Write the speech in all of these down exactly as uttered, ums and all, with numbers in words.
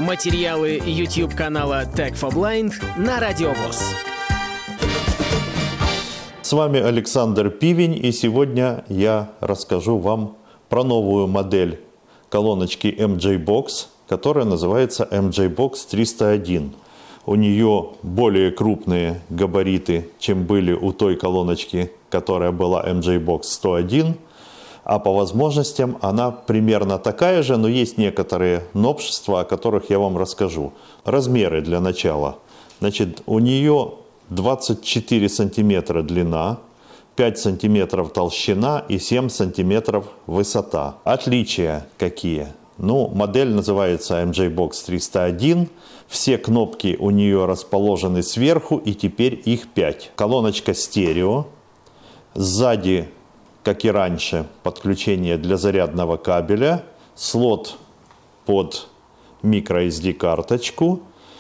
Материалы YouTube-канала Tech for Blind на Радио ВОС. С вами Александр Пивень, и сегодня я расскажу вам про новую модель колоночки эм джей бокс, которая называется эм джей бокс триста один. У нее более крупные габариты, чем были у той колоночки, которая была эм джей бокс сто один. А по возможностям она примерно такая же, но есть некоторые новшества, о которых я вам расскажу. Размеры для начала. Значит, у нее двадцать четыре сантиметра длина, пять сантиметров толщина и семь сантиметров высота. Отличия какие? Ну, модель называется эм джей бокс триста один. Все кнопки у нее расположены сверху, и теперь их пять. Колоночка стерео. Сзади, как и раньше, подключение для зарядного кабеля, слот под микро-эс ди карточку,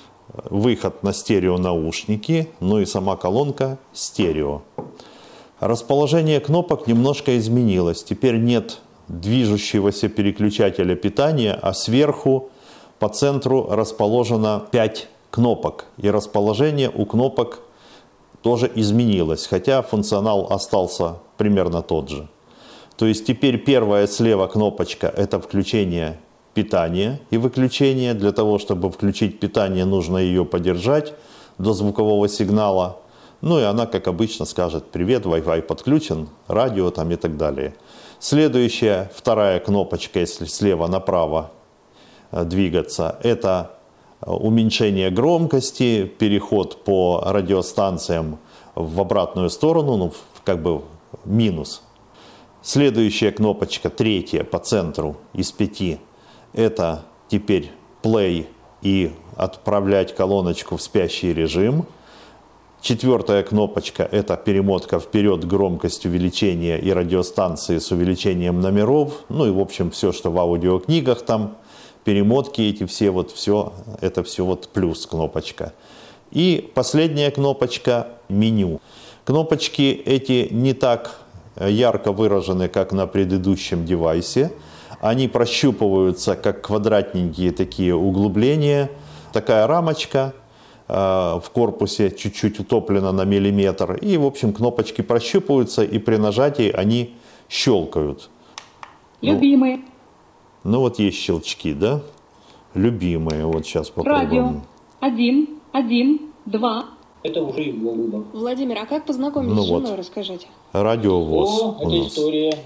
выход на стереонаушники, ну и сама колонка стерео. Расположение кнопок немножко изменилось. Теперь нет движущегося переключателя питания, а сверху по центру расположено пять кнопок. И расположение у кнопок тоже изменилось, хотя функционал остался примерно тот же. То есть теперь первая слева кнопочка – это включение питания и выключение. Для того, чтобы включить питание, нужно ее подержать до звукового сигнала. Ну и она, как обычно, скажет: «Привет, Wi-Fi подключен, радио» там и так далее. Следующая, вторая кнопочка, если слева направо двигаться, это уменьшение громкости, переход по радиостанциям в обратную сторону, ну, как бы минус. Следующая кнопочка, третья по центру из пяти, это теперь play и отправлять колоночку в спящий режим. Четвертая кнопочка – это перемотка вперед, громкость увеличения и радиостанции с увеличением номеров. Ну и, в общем, все, что в аудиокнигах там, перемотки эти все, вот все, это все вот плюс кнопочка. И последняя кнопочка – меню. Кнопочки эти не так ярко выражены, как на предыдущем девайсе. Они прощупываются, как квадратненькие такие углубления. Такая рамочка в корпусе чуть-чуть утоплена на миллиметр. И, в общем, кнопочки прощупываются, и при нажатии они щелкают. Любимые. Ну, ну вот есть щелчки, да? Любимые. Вот сейчас попробуем. Радио. Один, один, два. Это уже его выбор. Владимир, а как познакомились ну с женой, вот. Расскажите. Радио ВОС. О, это нас. история.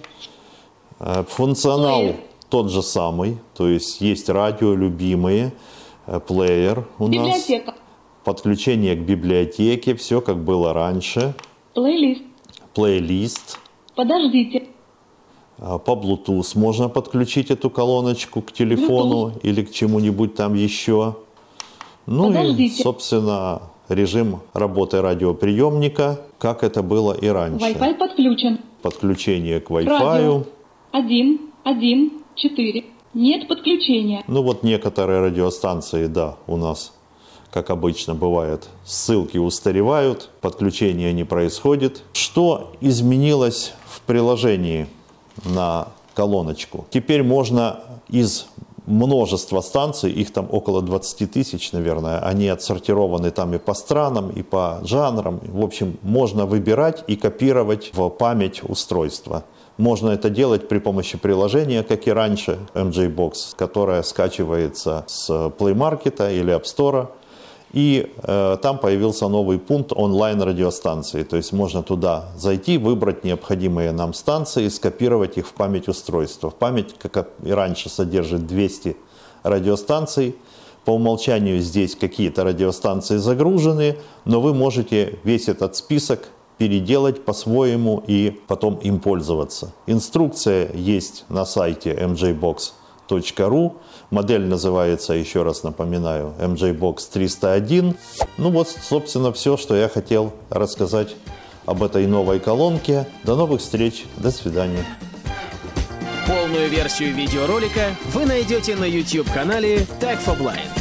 Функционал Плеер. тот же самый. То есть есть радио, любимые, плеер у Библиотека. нас. Подключение к библиотеке, все как было раньше. Плейлист. Плейлист. Подождите. По Bluetooth можно подключить эту колоночку к телефону Bluetooth. или к чему-нибудь там еще. Ну Подождите. и, собственно, режим работы радиоприемника, как это было и раньше. Wi-Fi подключен. Подключение к Wi-Fi. Радио. Один, один, четыре. Нет подключения. Ну вот некоторые радиостанции, да, у нас, как обычно бывает, ссылки устаревают, подключение не происходит. Что изменилось в приложении на колоночку? Теперь можно из множества станций, их там около двадцати тысяч, наверное, они отсортированы там и по странам, и по жанрам. В общем, можно выбирать и копировать в память устройства. Можно это делать при помощи приложения, как и раньше, эм джей бокс, которое скачивается с Play Market или App Store. И э, там появился новый пункт онлайн-радиостанции. То есть можно туда зайти, выбрать необходимые нам станции, скопировать их в память устройства. В память, как и раньше, содержит двести радиостанций. По умолчанию здесь какие-то радиостанции загружены, но вы можете весь этот список переделать по-своему и потом им пользоваться. Инструкция есть на сайте эм джей бокс точка ру. Модель называется, еще раз напоминаю, эм джей бокс триста один. Ну вот, собственно, все, что я хотел рассказать об этой новой колонке. До новых встреч. До свидания. Полную версию видеоролика вы найдете на YouTube-канале Tech for Blind.